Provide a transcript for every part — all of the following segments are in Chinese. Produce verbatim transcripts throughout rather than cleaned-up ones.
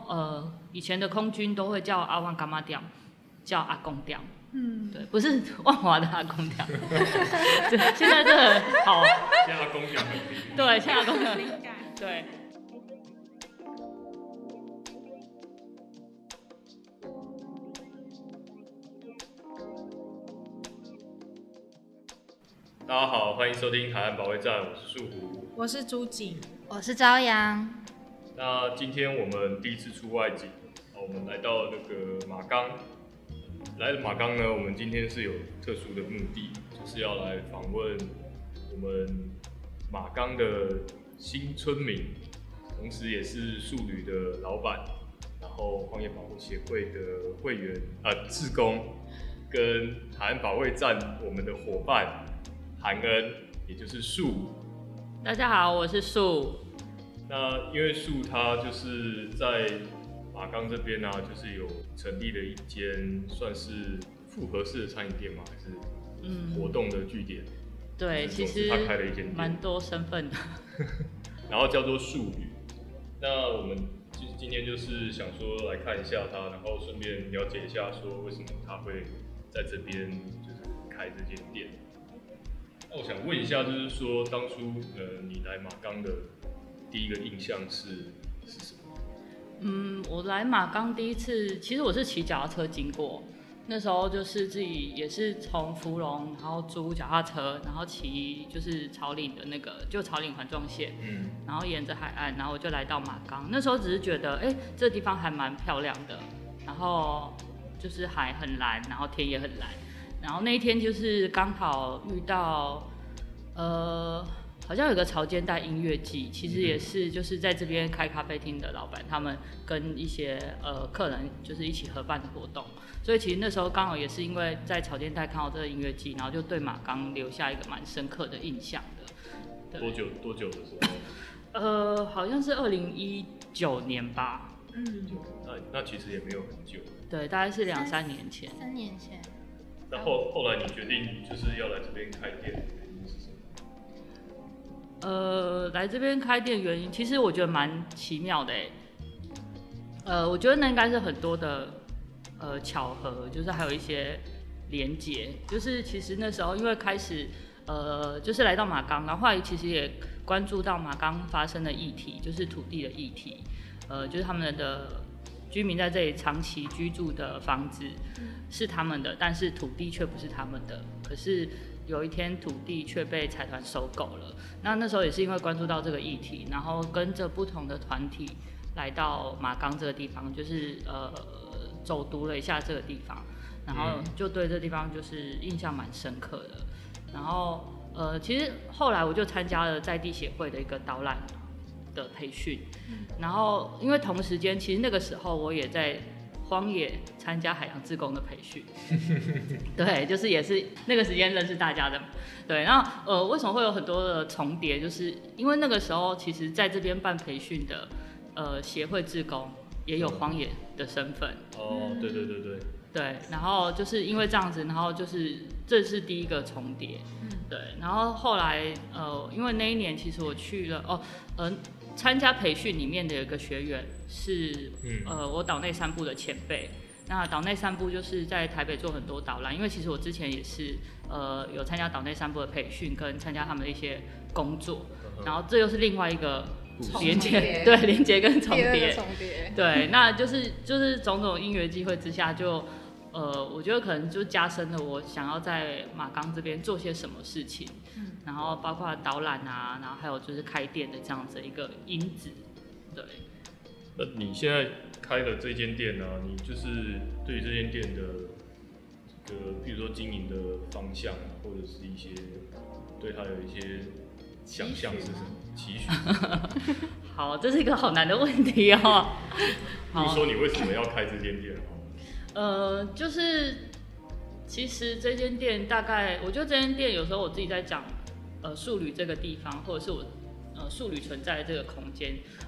呃以前的空军都会叫阿旺干妈店，叫阿公店。嗯，对，不是万华的阿公店。对，现在这个好。 现在阿公店很灵。 对，现在阿公店灵感。对。 大家好，欢迎收听海岸保卫战，我是树胡， 我是朱景， 我是朝阳。 那今天我们第一次出外景，我们来到那个马冈。来马冈呢，我们今天是有特殊的目的，就是要来访问我们马冈的新村民，同时也是树旅的老板，然后荒野保护协会的会员呃志工，跟海岸保卫战我们的伙伴。韩恩，也就是树。 大家好，我是树。 那因为树他就是在马冈这边呢、啊，就是有成立了一间算是复合式的餐饮店嘛，还是活动的据点。 嗯、对，其实他开了一间店， 蛮多身份的。 然后叫做树旅。那我们今天就是想说来看一下他，然后顺便了解一下说为什么他会在这边就是开这间店。那我想问一下，就是说当初呃你来马冈的第一个印象是是什么？ 嗯，我来马冈第一次，其实我是骑脚踏车经过，那时候就是自己也是从福隆，然后租脚踏车，然后骑就是草岭的那个就草岭环状线，嗯，然后沿着海岸，然后我就来到马冈。那时候只是觉得，哎、欸，这个地方还蛮漂亮的，然后就是海很蓝，然后天也很蓝。然后那一天就是刚好遇到，呃，好像有个潮间带音乐季，其实也是就是在这边开咖啡厅的老板，他们跟一些呃客人就是一起合办的活动，所以其实那时候刚好也是因为在潮间带看到这个音乐季，然后就对马冈留下一个蛮深刻的印象的。 多久多久的时候？ 呃，好像是二零一九年吧。 嗯， 那那其实也没有很久。 对，大概是两三年前。 三年前。 那后后来你决定就是要来这边开店的原因是什么？ 呃，来这边开店原因，其实我觉得蛮奇妙的哎。呃，我觉得那应该是很多的呃巧合，就是还有一些连结。就是其实那时候因为开始呃，就是来到马冈，然后后来其实也关注到马冈发生的议题，就是土地的议题，呃，就是他们的。居民在这里长期居住的房子是他们的，但是土地却不是他们的。可是有一天土地却被财团收购了。那那时候也是因为关注到这个议题，然后跟着不同的团体来到马冈这个地方，就是呃走读了一下这个地方，然后就对这地方就是印象蛮深刻的。然后呃，其实后来我就参加了在地协会的一个导览的培训，然后因为同时间，其实那个时候我也在荒野参加海洋志工的培训，对，就是也是那个时间认识大家的，对。然后呃，为什么会有很多的重叠？就是因为那个时候，其实在这边办培训的呃协会志工也有荒野的身份。 哦，对对对对。 对，然后就是因为这样子，然后就是这是第一个重叠，对。然后后来呃，因为那一年其实我去了哦，呃。参加培训里面的有一个学员是、嗯、呃我岛内散步的前辈，那岛内散步就是在台北做很多导览，因为其实我之前也是呃有参加岛内散步的培训跟参加他们的一些工作，嗯、然后这又是另外一个连接，对，连接跟重叠， 重叠， 对，那就是就是种种因缘机会之下就。呃，我觉得可能就加深了我想要在马冈这边做些什么事情，嗯、然后包括导览啊，然后还有就是开店的这样子一个因子，对。 那你现在开的这间店呢、啊，你就是对于这间店的这个，比如说经营的方向，或者是一些对它有一些想象是什么？期许？ 好，这是一个好难的问题哦。 比如说你为什么要开这间店？ 呃，就是其实这间店大概，我觉得这间店有时候我自己在讲，呃，树旅这个地方，或者是我呃树旅存在的这个空间，我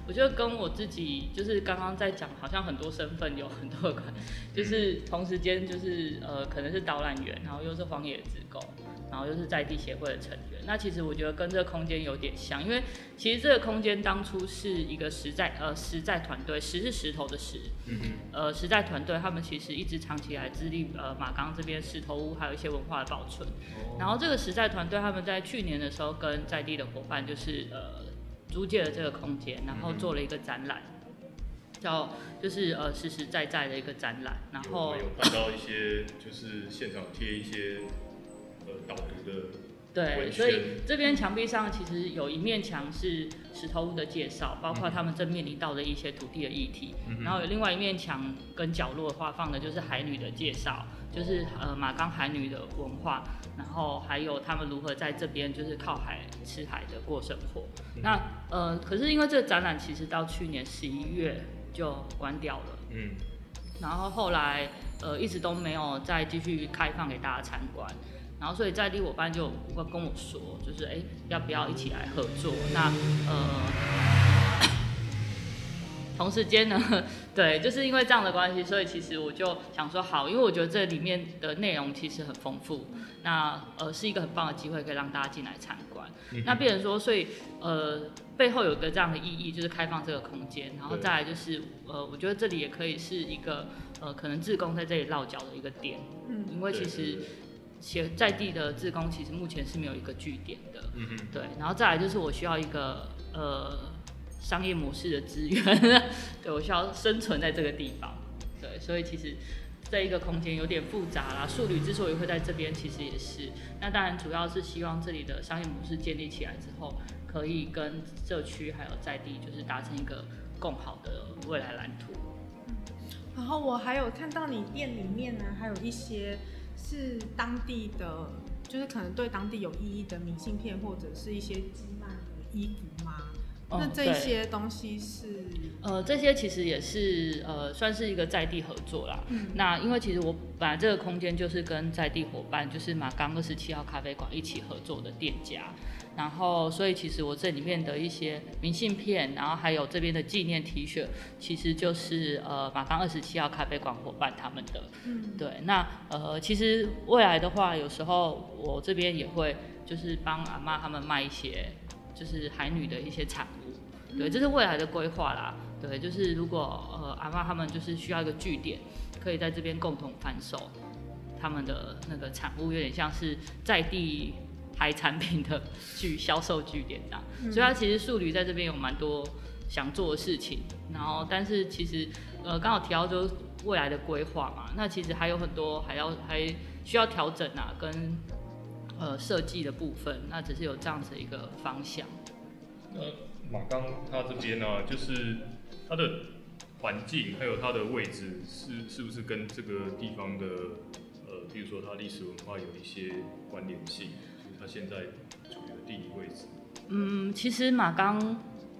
我觉得跟我自己就是刚刚在讲，好像很多身份有很多关，就是同时间就是呃可能是导览员，然后又是荒野志工，然后又是在地协会的成员。那其实我觉得跟这个空间有点像，因为其实这个空间当初是一个实在呃实在团队，石是石头的石，嗯、呃实在团队他们其实一直长期来致力呃马冈这边石头屋还有一些文化的保存。哦、然后这个实在团队他们在去年的时候跟在地的伙伴就是呃租借了这个空间，然后做了一个展览。叫就是呃实实在在的一个展览，然后有看到一些就是现场贴一些呃导读的。 对，所以这边墙壁上其实有一面墙是石头屋的介绍，包括他们正面临到的一些土地的议题，嗯、然后有另外一面墙跟角落的话放的就是海女的介绍，就是呃马冈海女的文化，然后还有他们如何在这边就是靠海吃海的过生活。嗯、那呃可是因为这个展览其实到去年十一月就关掉了，嗯，然后后来呃一直都没有再继续开放给大家参观。然后，所以在地伙伴就跟我说，就是哎，要不要一起来合作？那呃，同时间呢，对，就是因为这样的关系，所以其实我就想说好，因为我觉得这里面的内容其实很丰富，那呃是一个很棒的机会，可以让大家进来参观。嗯、那变成说，所以呃背后有个这样的意义，就是开放这个空间，然后再来就是呃，我觉得这里也可以是一个呃可能志工在这里落脚的一个点，嗯，因为其实。且在地的志工其实目前是没有一个据点的，嗯哼，对，然后再来就是我需要一个呃商业模式的资源，对我需要生存在这个地方，对，所以其实这一个空间有点复杂啦。树旅之所以会在这边，其实也是，那当然主要是希望这里的商业模式建立起来之后，可以跟社区还有在地就是达成一个更好的未来蓝图。 然后我还有看到你店里面呢，还有一些。是当地的，就是可能对当地有意义的明信片，或者是一些寄卖的衣服吗？哦、那这些东西是？ 呃，这些其实也是呃，算是一个在地合作啦。嗯、那因为其实我本来这个空间就是跟在地伙伴，就是马冈二十七号咖啡馆一起合作的店家。然后，所以其实我这里面的一些明信片，然后还有这边的纪念 T 恤，其实就是呃马冈二十七号咖啡馆伙伴他们的。嗯，对。那呃，其实未来的话，有时候我这边也会就是帮阿嬷他们卖一些就是海女的一些产物。对，这是未来的规划啦。对，就是如果呃阿嬷他们就是需要一个据点，可以在这边共同贩售他们的那个产物，有点像是在地。海产品的据销售据点这样，嗯、所以它其实树旅在这边有蛮多想做的事情，然后但是其实呃刚好提到就是未来的规划嘛，那其实还有很多还要还需要调整啊，跟呃设计的部分，那只是有这样子一个方向。 那马冈它这边呢、啊，就是它的环境还有它的位置是是不是跟这个地方的呃，比如说它历史文化有一些关联性？它现在处于的地理位置。 嗯，其实马冈，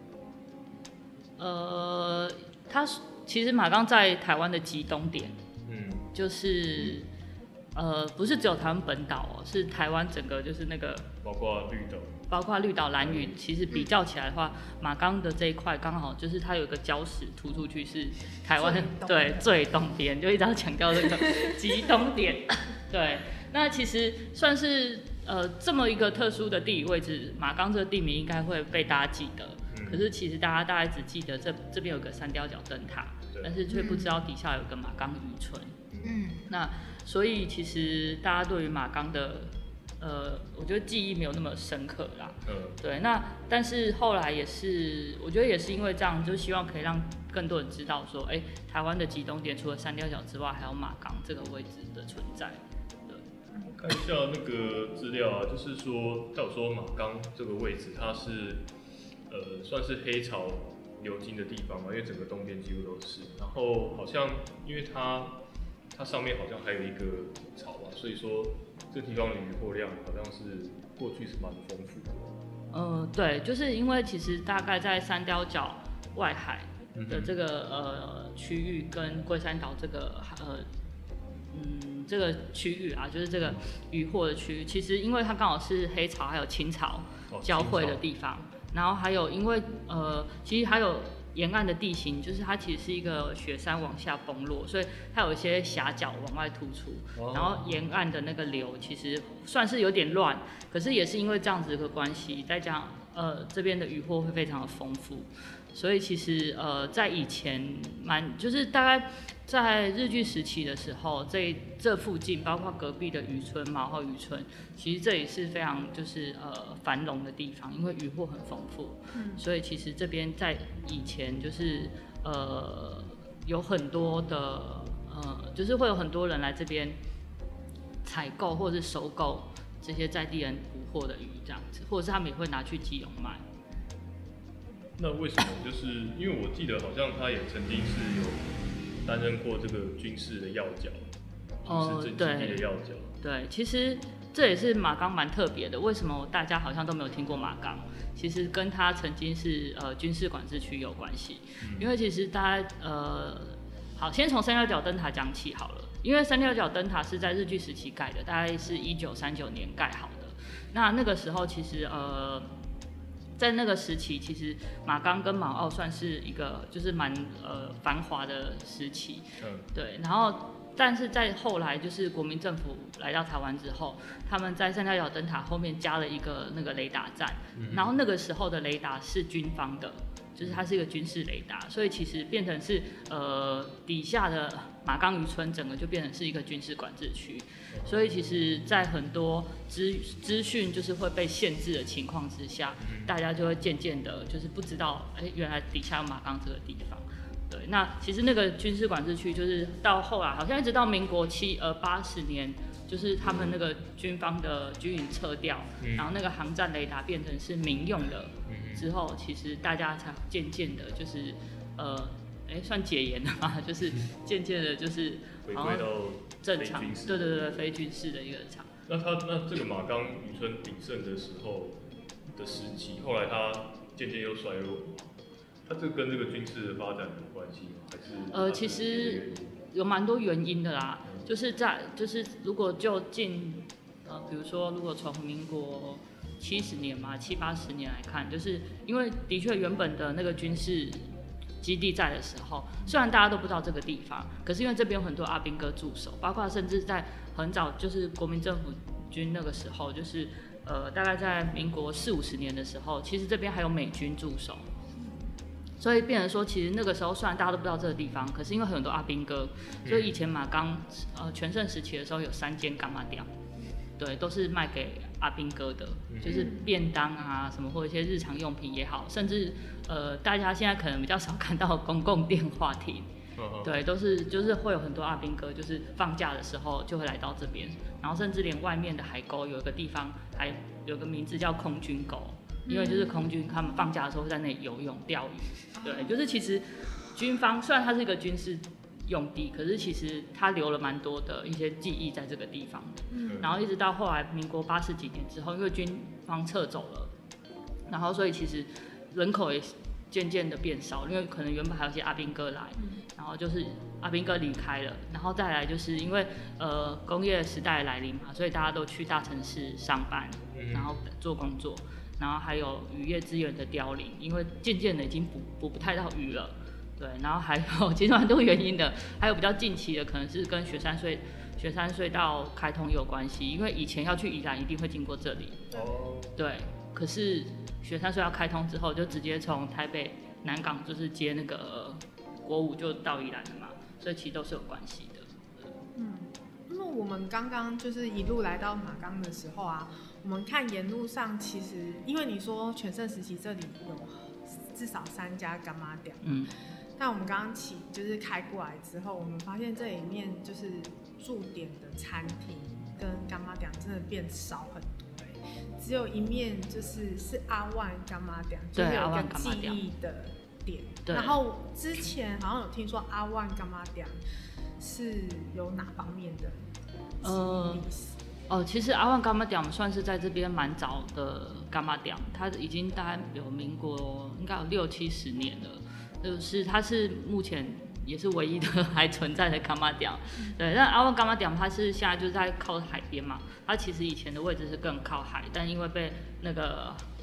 呃，它其实马冈在台湾的极东点，嗯，就是呃，不是只有台湾本岛哦，是台湾整个就是那个， 包括绿岛， 包括绿岛、兰屿，其实比较起来的话，马冈的这一块刚好就是它有一个礁石突出去是台湾对最东边，就一直要强调这个极东点，对，那其实算是。呃，这么一个特殊的地理位置，马冈这个地名应该会被大家记得。嗯、可是其实大家大概只记得这这边有个三貂角灯塔，但是却不知道底下有个马冈渔村。嗯，那所以其实大家对于马冈的，呃，我觉得记忆没有那么深刻啦。嗯，对。那但是后来也是，我觉得也是因为这样，就希望可以让更多人知道说，哎、欸，台湾的极东点除了三貂角之外，还有马冈这个位置的存在。 看一下那个资料啊，就是说，他有说马冈这个位置，它是呃算是黑潮流经的地方嘛，因为整个东边几乎都是。然后好像因为它它上面好像还有一个潮啊，所以说这地方的渔获量好像是过去是蛮丰富的。 呃，对，就是因为其实大概在三貂角外海的这个、嗯、呃区域跟龟山岛这个呃。嗯，这个区域啊，就是这个渔获的区域，其实因为它刚好是黑潮还有青潮交汇的地方，哦、然后还有因为呃，其实还有沿岸的地形，就是它其实是一个雪山往下崩落，所以它有一些峡角往外突出， 哦、 然后沿岸的那个流其实算是有点乱，可是也是因为这样子的关系，再加上呃这边的渔获会非常的丰富，所以其实呃在以前蛮就是大概在日据时期的时候，这这附近包括隔壁的渔村毛后渔村，其实这里是非常就是呃繁荣的地方，因为渔获很丰富，嗯，所以其实这边在以前就是呃有很多的呃就是会有很多人来这边采购或者是收购这些在地人捕获的鱼这样子，或者是他们也会拿去基隆卖。 那为什么？就是因为我记得好像他也曾经是有担任过这个军事的要角，就是这基地的要角。 对，其实这也是马冈蛮特别的。为什么大家好像都没有听过马冈？其实跟他曾经是呃军事管制区有关系。嗯、因为其实大家呃，好，先从三六角灯塔讲起好了。因为三六角灯塔是在日据时期盖的，大概是一九三九年盖好的。那那个时候其实呃。在那个时期，其实马冈跟马澳算是一个就是蛮呃繁华的时期，嗯，对。然后，但是在后来就是国民政府来到台湾之后，他们在三条角灯塔后面加了一个那个雷达站，嗯、然后那个时候的雷达是军方的，就是它是一个军事雷达，所以其实变成是呃底下的马冈渔村整个就变成是一个军事管制区。所以其实，在很多资资讯就是会被限制的情况之下，大家就会渐渐的，就是不知道，哎、欸，原来底下有马冈这个地方。对，那其实那个军事管制区，就是到后来好像一直到民国七呃八十年，就是他们那个军方的军营撤掉，嗯、然后那个航站雷达变成是民用的之后，其实大家才渐渐的，就是呃，哎、欸，算解严了嘛，就是渐渐的，就是回归到正常，对对对，非军事的一个场。 那他那这个马冈渔村鼎盛的时候的时期，后来他渐渐又衰落，他这跟这个军事的发展有关系吗？还是呃，其实有蛮多原因的啦，嗯、就是在就是如果就近呃，比如说如果从民国七十年嘛，七八十年来看，就是因为的确原本的那个军事基地在的时候，虽然大家都不知道这个地方，可是因为这边有很多阿兵哥驻守，包括甚至在很早就是国民政府军那个时候，就是呃大概在民国四五十年的时候，其实这边还有美军驻守，所以变成说，其实那个时候虽然大家都不知道这个地方，可是因为很多阿兵哥，所以以前马冈呃全盛时期的时候有三间干妈店，对，都是卖给阿兵哥的，就是便当啊什么或者一些日常用品也好，甚至呃大家现在可能比较少看到公共电话亭，对，都是就是会有很多阿兵哥，就是放假的时候就会来到这边，然后甚至连外面的海沟有一个地方还有个名字叫空军沟，因为就是空军他们放假的时候会在那里游泳钓鱼，对，就是其实军方虽然它是一个军事用地，可是其实它留了蛮多的一些记忆在这个地方的。嗯，然后一直到后来民国八十几年之后，因为军方撤走了，然后所以其实人口也渐渐的变少，因为可能原本还有一些阿兵哥来，然后就是阿兵哥离开了，然后再来就是因为呃工业时代的来临嘛，所以大家都去大城市上班，然后做工作，然后还有渔业资源的凋零，因为渐渐的已经捕捕不太到鱼了。对，然后还有其实蛮多原因的，还有比较近期的可能是跟雪山隧雪山隧道开通有关系，因为以前要去宜兰一定会经过这里。哦。对，可是雪山隧道开通之后，就直接从台北南港就是接那个国五就到宜兰了嘛，所以其实都是有关系的。 嗯，因为我们刚刚就是一路来到马冈的时候啊，我们看沿路上其实，因为你说全盛时期这里有至少三家干妈店，嗯。但我们刚刚起就是开过来之后，我们发现这里面就是驻点的餐厅跟干妈店真的变少很多、欸、只有一面就是是阿万干妈店，就是有一个记忆的点。然后之前好像有听说阿万干妈店是有哪方面的历史？ 呃哦，其实阿万干妈店算是在这边蛮早的干妈店，它已经大概有民国应该有六七十年了。就是它是目前也是唯一的还存在的干妈店，对。但阿万干妈店它是现在就是在靠海边嘛，它其实以前的位置是更靠海，但因为被那个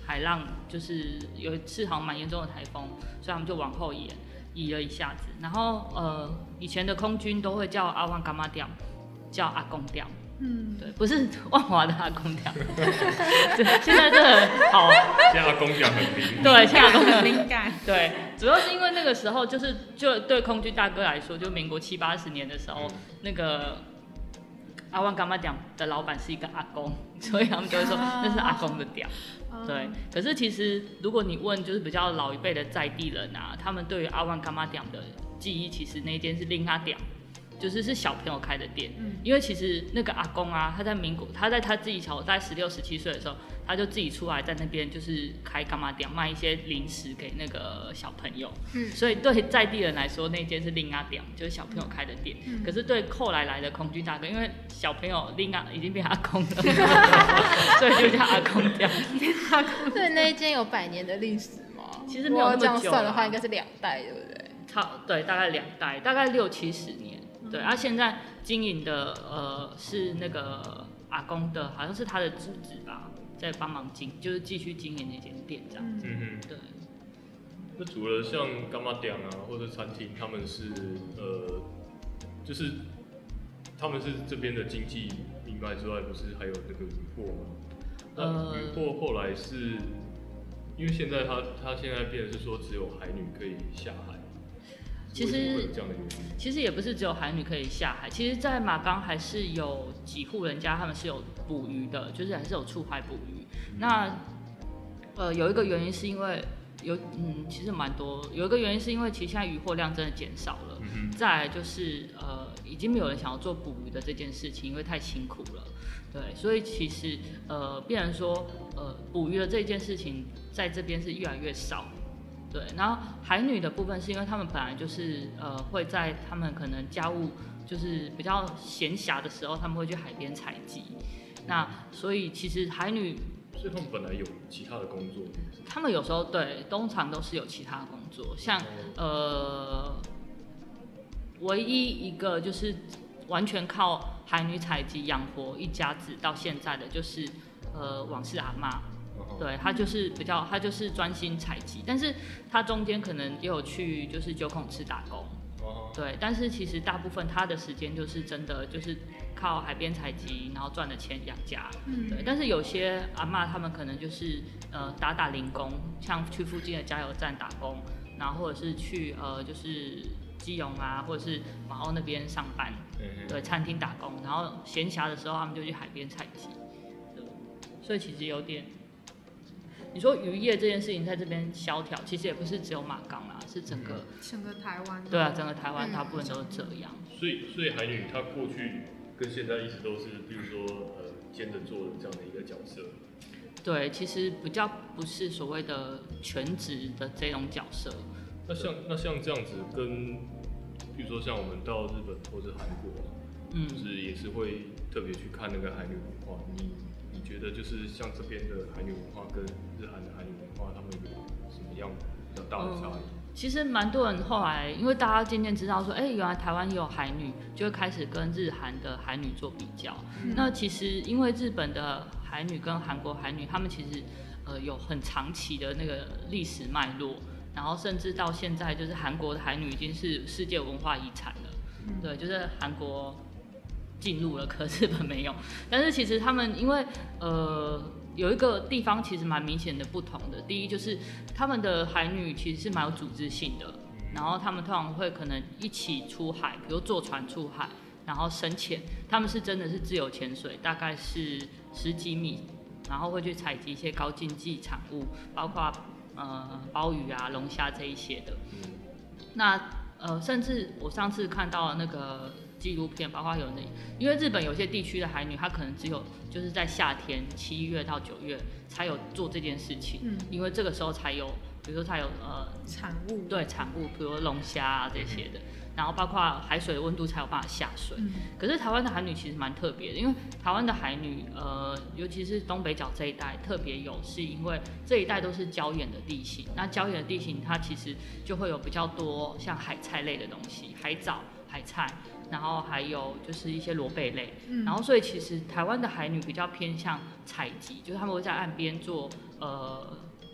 海浪就是有一次好像蛮严重的台风，所以他们就往后延移了一下子。然后呃，以前的空军都会叫阿旺干妈调，叫阿公调。嗯，对，不是万华的阿公调，现在这很好， 现在阿公调很灵， 对，现在阿公很敏感， 对，主要是因为那个时候就是就对空军大哥来说，就民国七八十年的时候，嗯、那个阿旺干妈调的老板是一个阿公，所以他们就会说那是阿公的调。啊、对，可是其实如果你问就是比较老一辈的在地人啊，他们对于阿旺干妈调的记忆，其实那一间是另阿调。就是是小朋友开的店，嗯、因为其实那个阿公啊，他在民国，他在他自己小，在十六、十七岁的时候，他就自己出来在那边就是开干妈店，卖一些零食给那个小朋友。嗯，所以对在地人来说，那间是另阿店，就是小朋友开的店。嗯、可是对后来来的空军大哥，因为小朋友另阿已经变阿公了，所以就叫阿公店。 阿公，对，那一间有百年的历史吗？ 其实没有那么久、啊。 这样算的话，应该是两代，对不对？ 差对，大概两代，大概六七十年。对，他、啊、现在经营的呃是那个阿公的，好像是他的侄子吧，在帮忙经，就是继续经营那间店这样子。嗯哼，对。 那除了像干妈店啊，或者餐厅，他们是呃，就是他们是这边的经济命脉之外，不是还有那个渔货吗？呃，渔货后来是因为现在他他现在变成是说只有海女可以下海。 其实其实也不是只有海女可以下海，其实，在马冈还是有几户人家他们是有捕鱼的，就是还是有出海捕鱼。嗯、那呃有一个原因是因为有嗯其实蛮多，有一个原因是因为其实现在渔获量真的减少了，嗯、再来就是呃已经没有人想要做捕鱼的这件事情，因为太辛苦了。对，所以其实呃变成说呃捕鱼的这件事情在这边是越来越少。对，然后海女的部分是因为他们本来就是呃会在他们可能家务就是比较闲暇的时候，他们会去海边采集。那所以其实海女， 所以他们本来有其他的工作。 他们有时候对，通常都是有其他的工作，像呃唯一一个就是完全靠海女采集养活一家子到现在的就是呃王氏阿嬷。对，他就是比较，他就是专心采集，但是他中间可能也有去就是九孔池打工，对，但是其实大部分他的时间就是真的就是靠海边采集，然后赚的钱养家，嗯、对，但是有些阿嬷他们可能就是呃打打零工，像去附近的加油站打工，然后或者是去呃就是基隆啊，或者是马澳那边上班，嗯、对，餐厅打工，然后闲暇的时候他们就去海边采集，对，所以其实有点。你说渔业这件事情在这边萧条，其实也不是只有马冈啦，是整个整个台湾。 对啊，整个台湾大部分都是这样。 嗯、所以，所以海女她过去跟现在一直都是，比如说呃兼着做的这样的一个角色。 对，其实比较不是所谓的全职的这种角色。 那像那像这样子跟，比如说像我们到日本或者韩国，嗯，就是也是会特别去看那个海女文化。你你觉得就是像这边的海女文化跟日韩的海女文化，他们有什么样比较大的差异？嗯、 其实蛮多人后来，因为大家渐渐知道说，哎、欸，原来台湾也有海女，就会开始跟日韩的海女做比较。嗯、那其实因为日本的海女跟韩国海女，他们其实呃有很长期的那个历史脉络，然后甚至到现在，就是韩国的海女已经是世界文化遗产了。嗯、对，就是韩国进入了，可日本没有。但是其实他们因为呃有一个地方其实蛮明显的不同的，第一就是他们的海女其实是蛮有组织性的，然后他们通常会可能一起出海，比如坐船出海，然后深潜，他们是真的是自由潜水，大概是十几米，然后会去采集一些高经济产物，包括呃鲍鱼啊、龙虾这一些的。那呃甚至我上次看到那个纪录片，包括有那，因为日本有些地区的海女，她可能只有就是在夏天七月到九月才有做这件事情，嗯、因为这个时候才有，比如说才有呃产物， 对产物，比如龙虾啊这些的，然后包括海水的温度才有办法下水。嗯、可是台湾的海女其实蛮特别的，因为台湾的海女，呃，尤其是东北角这一带特别有，是因为这一带都是礁岩的地形，那礁岩的地形它其实就会有比较多像海菜类的东西，海藻、海菜。然后还有就是一些螺贝类，嗯、然后所以其实台湾的海女比较偏向采集，就是他们会在岸边做呃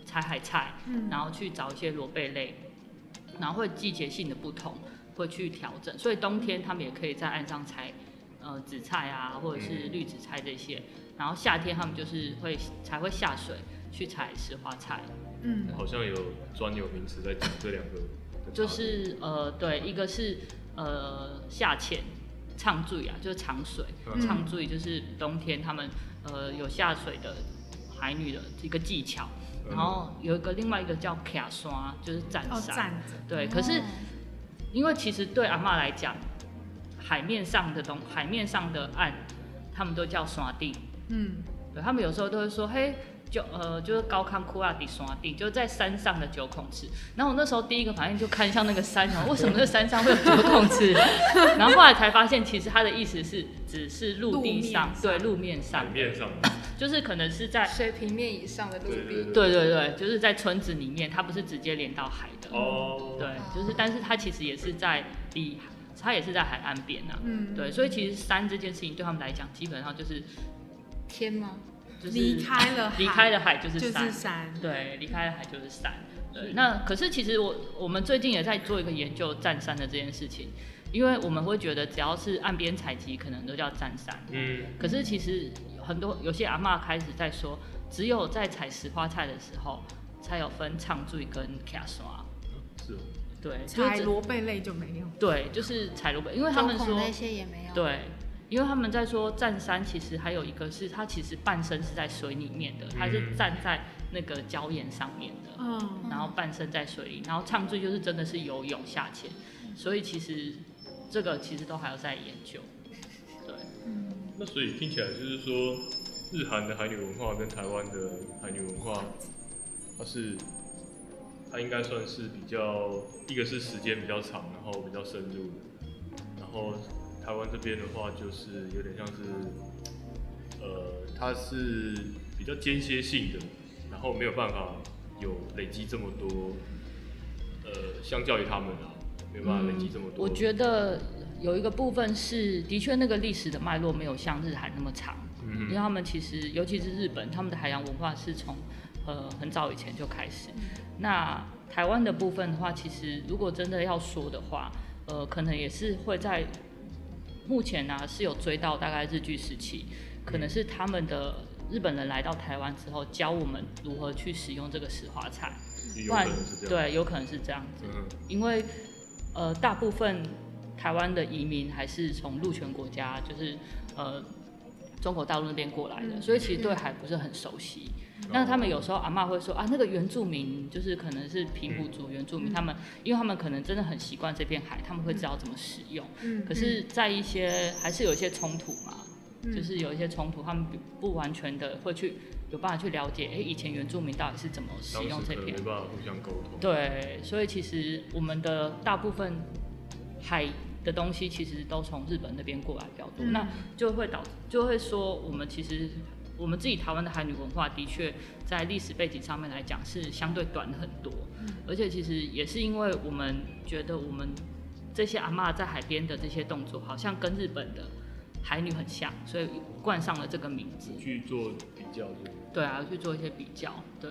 采海菜， 嗯然后去找一些螺贝类，然后会季节性的不同会去调整，所以冬天他们也可以在岸上采呃紫菜啊，或者是绿紫菜这些，然后夏天他们就是会才会下水去采石花菜。 嗯， 好像有专有名词在讲这两个的差别， 就是呃对，一个是呃下潜唱醉啊，就是长水， 嗯唱醉就是冬天他们呃有下水的海女的一个技巧，然后有一个另外一个叫卡刷，就是站哦， 山， 站着， 对，可是哦因为其实对阿嬷来讲，海面上的东海面上的岸，他们都叫刷地， 嗯， 对他们有时候都会说，嘿，就呃就是高康库拉迪刷地，就是在山上的九孔池。然后我那时候第一个反应就看向那个山，然后为什么这山上会有九孔池？然后后来才发现，其实它的意思是只是陆地上， 路面上对，路面上海，面上， 就是可能是在， 水平面以上的陆地。 对对对对，就是在村子里面，它不是直接连到海的， 哦， 对，就是但是它其实也是在离。它也是在海岸边啊， 嗯对，所以其实山这件事情对他们来讲，基本上就是天吗？ 就是离开了海离开了海就是就山， 是山， 对，离开了海就是山。对，那可是其实我我们最近也在做一个研究占山的这件事情，因为我们会觉得只要是岸边采集，可能都叫占山。 嗯， 可是其实很多有些阿嬷开始在说，只有在采石花菜的时候，才有分唱醉跟卡刷。 是哦， 对，就是采螺贝类就没有， 对，就是采螺贝，因为他们说中孔那些也没有。 对。因为他们在说占山，其实还有一个是它其实半身是在水里面的，它是站在那个礁岩上面的。 嗯， 然后半身在水里，然后唱醉就是真的是游泳下潜，所以其实这个其实都还要在研究。对， 那所以听起来就是说，日韩的海女文化跟台湾的海女文化，它是它应该算是比较，一个是时间比较长，然后比较深入的，然后台湾这边的话就是有点像是，呃，它是比较间歇性的，然后没有办法有累积这么多，呃，相较于他们啊，没有办法累积这么多。 我觉得有一个部分是，的确那个历史的脉络没有像日韩那么长， 嗯因为他们其实尤其是日本，他们的海洋文化是从呃很早以前就开始。那台湾的部分的话，其实如果真的要说的话，呃，可能也是会在目前呢、啊、是有追到大概日据时期，可能是他们的日本人来到台湾之后，教我们如何去使用这个石花菜， 有可能是这样。 对，有可能是这样子， 嗯因为呃大部分台湾的移民还是从陆权国家，就是呃中国大陆那边过来的， 嗯所以其实对海不是很熟悉。那他们有时候阿嬷会说啊，那个原住民就是可能是平埔族原住民，他们因为他们可能真的很习惯这片海，他们会知道怎么使用。 嗯可是，在一些还是有一些冲突嘛， 嗯就是有一些冲突，他们不不完全的会去有办法去了解，哎、以前原住民到底是怎么使当用这片时可能没。办法互相沟通。 对，所以其实我们的大部分海的东西其实都从日本那边过来比较多， 嗯那就会导就会说我们其实我们自己台湾的海女文化的确在历史背景上面来讲是相对短很多， 嗯而且其实也是因为我们觉得我们这些阿嬷在海边的这些动作好像跟日本的海女很像，所以冠上了这个名字。 去做比较是不是？ 对啊，去做一些比较，对。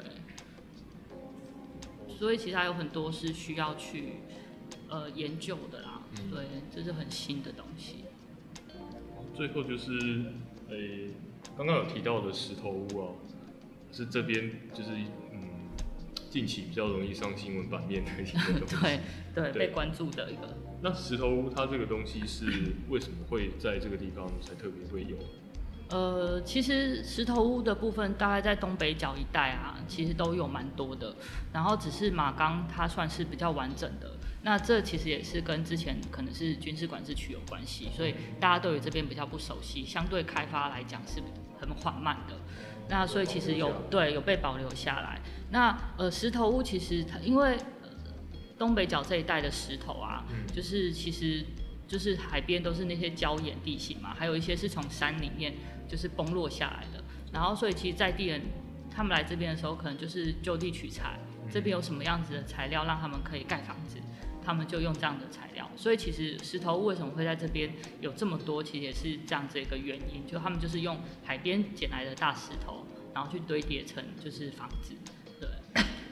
所以其实还有很多是需要去呃研究的啦， 嗯对，这是很新的东西。 最后就是，诶、刚刚有提到的石头屋啊，是这边就是嗯，近期比较容易上新闻版面的一个东西。 对对， 对被关注的一个。 那石头屋它这个东西是为什么会在这个地方才特别会有？ 呃，其实石头屋的部分大概在东北角一带啊，其实都有蛮多的。然后只是马冈它算是比较完整的，那这其实也是跟之前可能是军事管制区有关系，所以大家对于这边比较不熟悉，相对开发来讲是很缓慢的。那所以其实有对有被保留下来。那呃石头屋其实它因为、呃、东北角这一带的石头啊，就是其实就是海边都是那些礁岩地形嘛，还有一些是从山里面就是崩落下来的。然后所以其实在地人他们来这边的时候，可能就是就地取材，这边有什么样子的材料让他们可以盖房子，他们就用这样的材料。所以其实石头屋为什么会在这边有这么多，其实也是这样子一个原因，就他们就是用海边捡来的大石头，然后去堆叠成就是房子。对。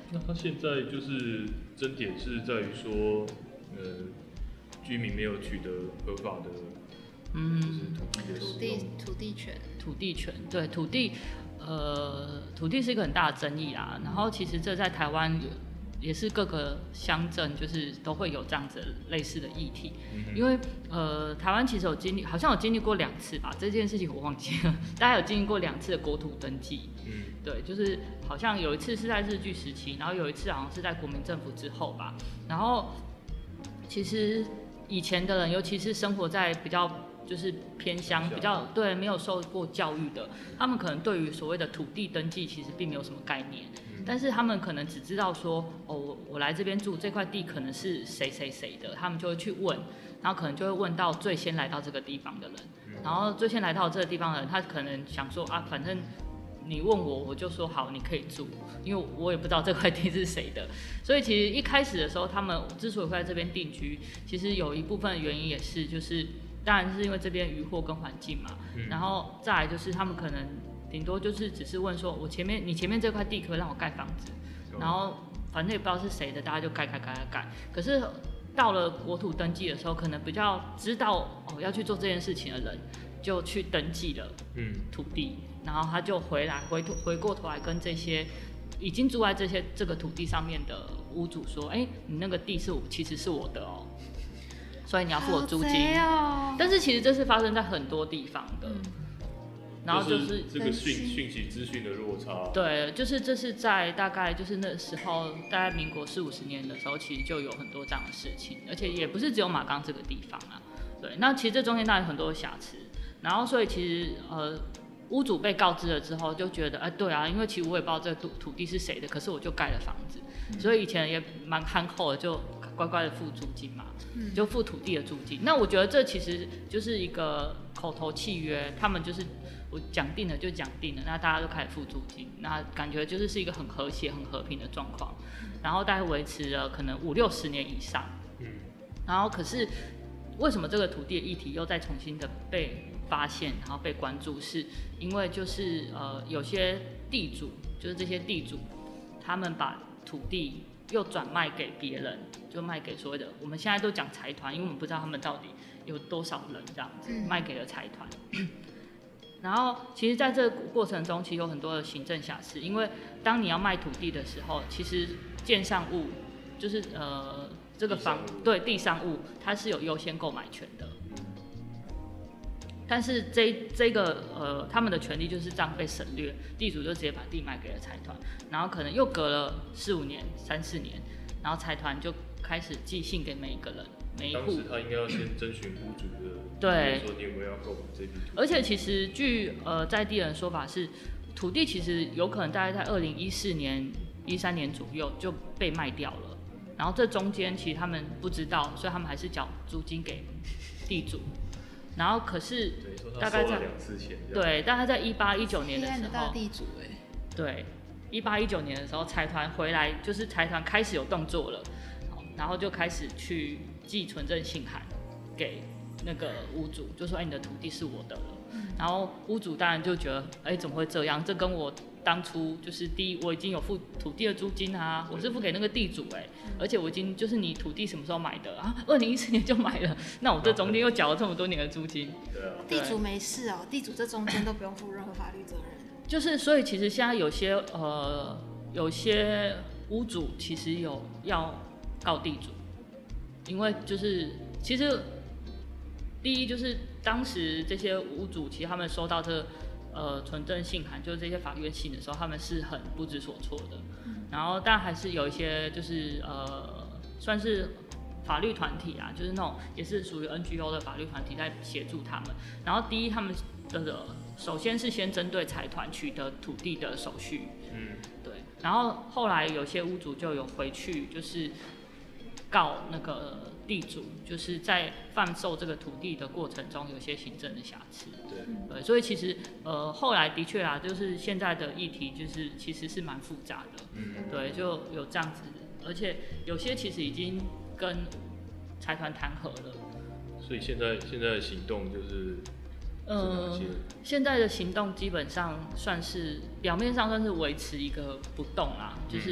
那他现在就是争点是在于说，呃，居民没有取得合法的，嗯，就是土地的使用， 土地土地权， 土地权，对土地，呃，土地是一个很大的争议啦。然后其实这在台湾也是各个乡镇就是都会有这样子类似的议题，嗯、因为呃，台湾其实有经历，好像有经历过两次吧，这件事情我忘记了，大家有经历过两次的国土登记。嗯，对，就是好像有一次是在日据时期，然后有一次好像是在国民政府之后吧。然后其实以前的人，尤其是生活在比较就是偏乡、比较对没有受过教育的，他们可能对于所谓的土地登记其实并没有什么概念，嗯、但是他们可能只知道说，哦，我我来这边住这块地可能是谁谁谁的，他们就会去问，然后可能就会问到最先来到这个地方的人，嗯、然后最先来到这个地方的人，他可能想说啊，反正。你问我，我就说好，你可以住，因为我也不知道这块地是谁的，所以其实一开始的时候，他们之所以会在这边定居，其实有一部分的原因也是，就是当然是因为这边渔获跟环境嘛，嗯、然后再来就是他们可能顶多就是只是问说，我前面你前面这块地可不可以让我盖房子，然后反正也不知道是谁的，大家就盖盖盖盖盖，可是到了国土登记的时候，可能比较知道哦要去做这件事情的人，就去登记了土地。嗯然后他就回来回回过头来跟这些已经住在这些这个土地上面的屋主说，哎，你那个地是我其实是我的哦，所以你要付我租金。 哦、 但是其实这是发生在很多地方的，嗯、然后就是这个讯讯息资讯的落差。 对，就是这是在大概就是那时候，大概民国四五十年的时候，其实就有很多这样的事情，而且也不是只有马冈这个地方啊。对，那其实这中间当然有很多的瑕疵，然后所以其实呃。屋主被告知了之后，就觉得，哎，对啊，因为其实我也不知道这个土土地是谁的，可是我就盖了房子，嗯、所以以前也蛮憨厚的，就乖乖的付租金嘛，嗯、就付土地的租金。那我觉得这其实就是一个口头契约，他们就是我讲定了就讲定了，那大家都开始付租金，那感觉就是是一个很和谐、很和平的状况，然后大概维持了可能五六十年以上，嗯、然后可是为什么这个土地的议题又再重新的被发现，然后被关注，是因为就是呃有些地主，就是这些地主，他们把土地又转卖给别人，就卖给所谓的我们现在都讲财团，因为我们不知道他们到底有多少人这样子，卖给了财团。然后其实在这个过程中，其实有很多的行政瑕疵，因为当你要卖土地的时候，其实建商物就是呃这个房对地上物，它是有优先购买权的。但是这这个呃，他们的权利就是这样被省略，地主就直接把地卖给了财团，然后可能又隔了四五年、三四年，然后财团就开始寄信给每一个人、每一户。 当时他应该要先征询屋主的， 对， 说你有没有要购买这笔土地。 而且其实据呃在地人的说法是，土地其实有可能大概在二零一四年、一三年左右就被卖掉了，然后这中间其实他们不知道，所以他们还是缴租金给地主。然后可是大概在对，大概在一八一九年的时候， 大地主哎， 对，一八一九年的时候，财团回来，就是财团开始有动作了，然后就开始去寄存证信函给那个屋主，就说哎，你的土地是我的了。嗯、然后屋主当然就觉得，哎，怎么会这样？这跟我当初就是第一，我已经有付土地的租金啊，我是付给那个地主哎、欸，而且我已经就是你土地什么时候买的啊？二零一四年就买了，那我这中间又缴了这么多年的租金。 对啊， 地主没事哦，地主这中间都不用负任何法律责任。 就是所以其实现在有些呃有些屋主其实有要告地主，因为就是其实第一就是当时这些屋主其实他们收到这个。呃，存证信函就是这些法院信的时候，他们是很不知所措的。嗯、然后，但还是有一些就是呃，算是法律团体啊，就是那种也是属于 N G O 的法律团体在协助他们。然后，第一，他们的首先是先针对财团取得土地的手续，嗯，对。然后后来有些屋主就有回去，就是告那个地主，就是在贩售这个土地的过程中有些行政的瑕疵。对，对，所以其实呃后来的确啊，就是现在的议题就是其实是蛮复杂的，嗯，对，就有这样子，而且有些其实已经跟财团谈和了。 所以现在现在的行动就是呃，现在的行动基本上算是表面上算是维持一个不动啦，就是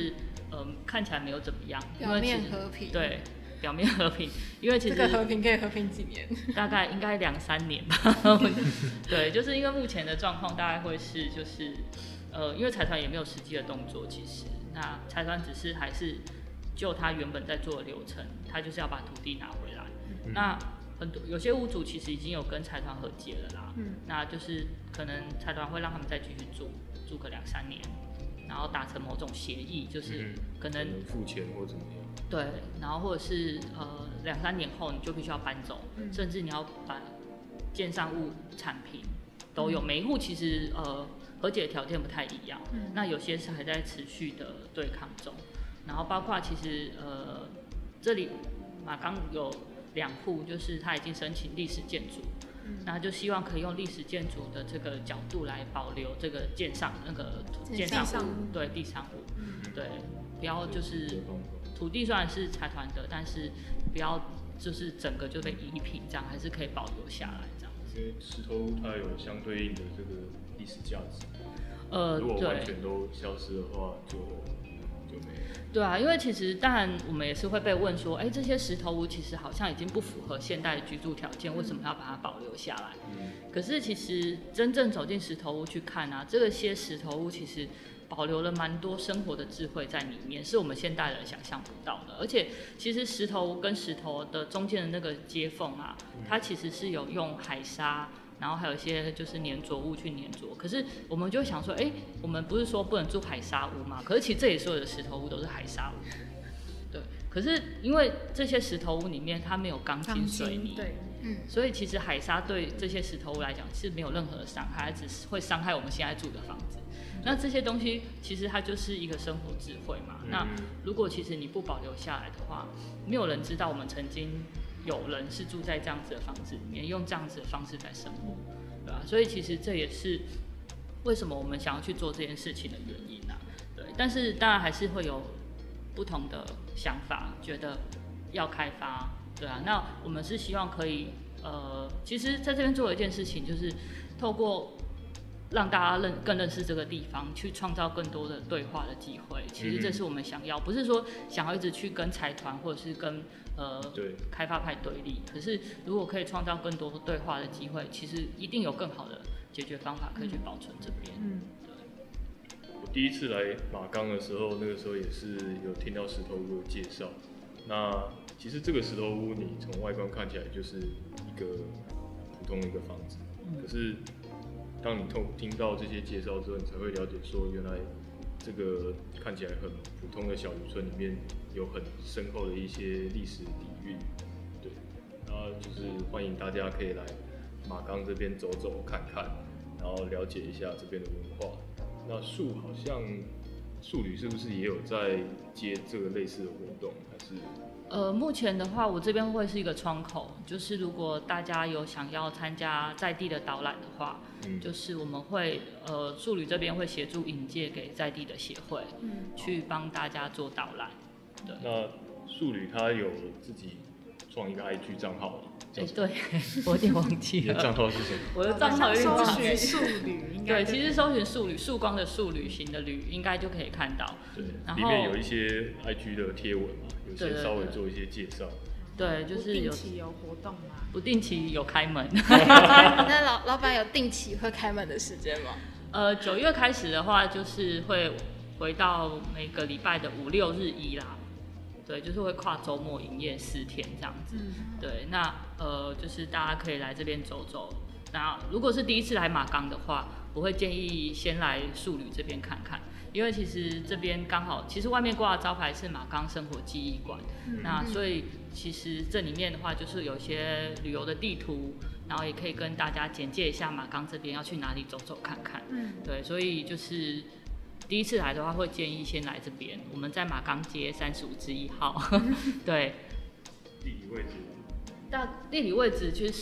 呃看起来没有怎么样， 表面和平， 对，表面和平，因为其实这个和平可以和平几年？ 大概应该两三年吧。对，就是因为目前的状况大概会是就是呃，因为财团也没有实际的动作，其实那财团只是还是就他原本在做的流程，他就是要把土地拿回来。嗯、那很多有些屋主其实已经有跟财团和解了啦，嗯，那就是可能财团会让他们再继续住住个两三年，然后达成某种协议，就是可能付钱或怎么样。 对，然后或者是呃两三年后你就必须要搬走，嗯、甚至你要把建商物产品都有，嗯、每一户其实呃和解的条件不太一样，嗯、那有些是还在持续的对抗中，然后包括其实呃这里马刚有两户，就是他已经申请历史建筑，嗯、那就希望可以用历史建筑的这个角度来保留这个建商那个建商物，对地上物，嗯、对，不要就是土地虽然是财团的，但是不要就是整个就被移平，这样还是可以保留下来这样。 因为石头屋它有相对应的这个历史价值， 呃， 如果完全都消失的话，就就没了。 对啊，因为其实当然我们也是会被问说，哎，这些石头屋其实好像已经不符合现代的居住条件，为什么要把它保留下来？嗯、可是其实真正走进石头屋去看啊，这些石头屋其实保留了蛮多生活的智慧在里面，是我们现代人想象不到的。而且其实石头屋跟石头的中间的那个接缝啊，它其实是有用海沙，然后还有一些就是粘着物去粘着。可是我们就想说，哎，我们不是说不能住海沙屋吗？可是其实这里所有的石头屋都是海沙屋。对，可是因为这些石头屋里面它没有钢筋水泥， 对， 嗯，所以其实海沙对这些石头屋来讲是没有任何的伤害，只是会伤害我们现在住的房子。那这些东西其实它就是一个生活智慧嘛。嗯、那如果其实你不保留下来的话，没有人知道我们曾经有人是住在这样子的房子里面，用这样子的方式在生活，对吧？所以其实这也是为什么我们想要去做这件事情的原因啊。对，但是当然还是会有不同的想法，觉得要开发，对啊。那我们是希望可以，呃，其实在这边做的一件事情就是透过让大家认更认识这个地方，去创造更多的对话的机会。其实这是我们想要，不是说想要一直去跟财团或者是跟呃开发派对立。可是如果可以创造更多对话的机会，其实一定有更好的解决方法可以去保存这边。嗯， 对。我第一次来马冈的时候，那个时候也是有听到石头屋的介绍。那其实这个石头屋，你从外观看起来就是一个普通的一个房子，嗯、可是当你听到这些介绍之后，你才会了解说，原来这个看起来很普通的小渔村里面有很深厚的一些历史底蕴。对，那就是欢迎大家可以来马冈这边走走看看，然后了解一下这边的文化。那树好像树旅是不是也有在接这个类似的活动，还是？ 呃，目前的话，我这边会是一个窗口，就是如果大家有想要参加在地的导览的话，嗯、就是我们会呃树旅这边会协助引介给在地的协会，嗯、去帮大家做导览。对， 那树旅它有自己创一个 I G 账号吗？ 哎、欸，对，我有点忘记了。 你的账号是什么？ 我的账号有点搜寻树旅，应该对，其实搜寻树旅，曙光的树，旅行的旅，应该就可以看到。 对，里面有一些 I G 的贴文嘛，有些稍微做一些介绍。 对，就是有不定期有活动吗？ 不定期有开门。 那老老板有定期会开门的时间吗？ 呃，九月开始的话，就是会回到每个礼拜的五六日一啦。对，就是会跨周末营业四天这样子。嗯、对，那呃，就是大家可以来这边走走。那如果是第一次来马冈的话，我会建议先来树旅这边看看，因为其实这边刚好，其实外面挂的招牌是马冈生活记忆馆。嗯、那所以其实这里面的话，就是有一些旅游的地图，然后也可以跟大家简介一下马冈这边要去哪里走走看看。嗯、对，所以就是。第一次来的话，会建议先来这边。我们在马冈街三十五之一号，对。 地理位置？ 大地理位置就是，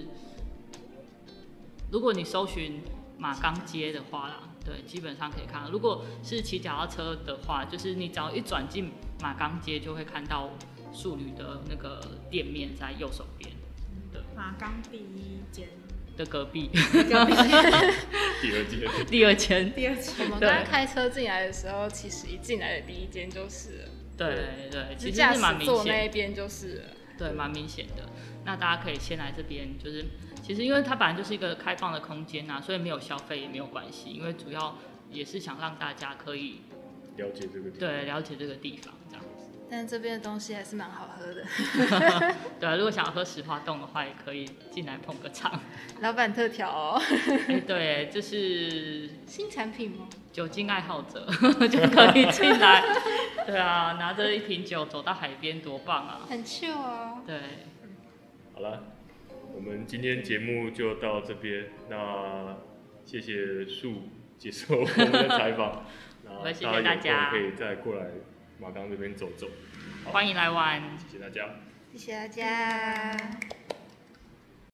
如果你搜寻马冈街的话啦，对，基本上可以看到。如果是骑脚踏车的话，就是你只要一转进马冈街，就会看到树旅的那个店面在右手边。对。 马冈第一间。 对的隔壁， 隔壁第二间， 第二间。 第二间我们刚开车进来的时候，其实一进来的第一间就是了， 对对，其实驾驶是蛮明座那显一边就是了。 对，蛮明显的。那大家可以先来这边，就是其实因为它本来就是一个开放的空间啊，所以没有消费也没有关系，因为主要也是想让大家可以了解这个地方。 对了解这个地方这样子。 但这边的东西还是蛮好喝的。 对啊，如果想要喝石花冻的话，也可以进来捧个场。 老板特调哦。 哎，对，这是新产品吗？ 酒精爱好者就可以进来。对啊，拿着一瓶酒走到海边，多棒啊！ 很 chill 啊。 对， 好了，我们今天节目就到这边。那谢谢树接受我们的采访，那谢谢大家， 可以再过来马冈这边走走。 欢迎来玩， 谢谢大家， 谢谢大家。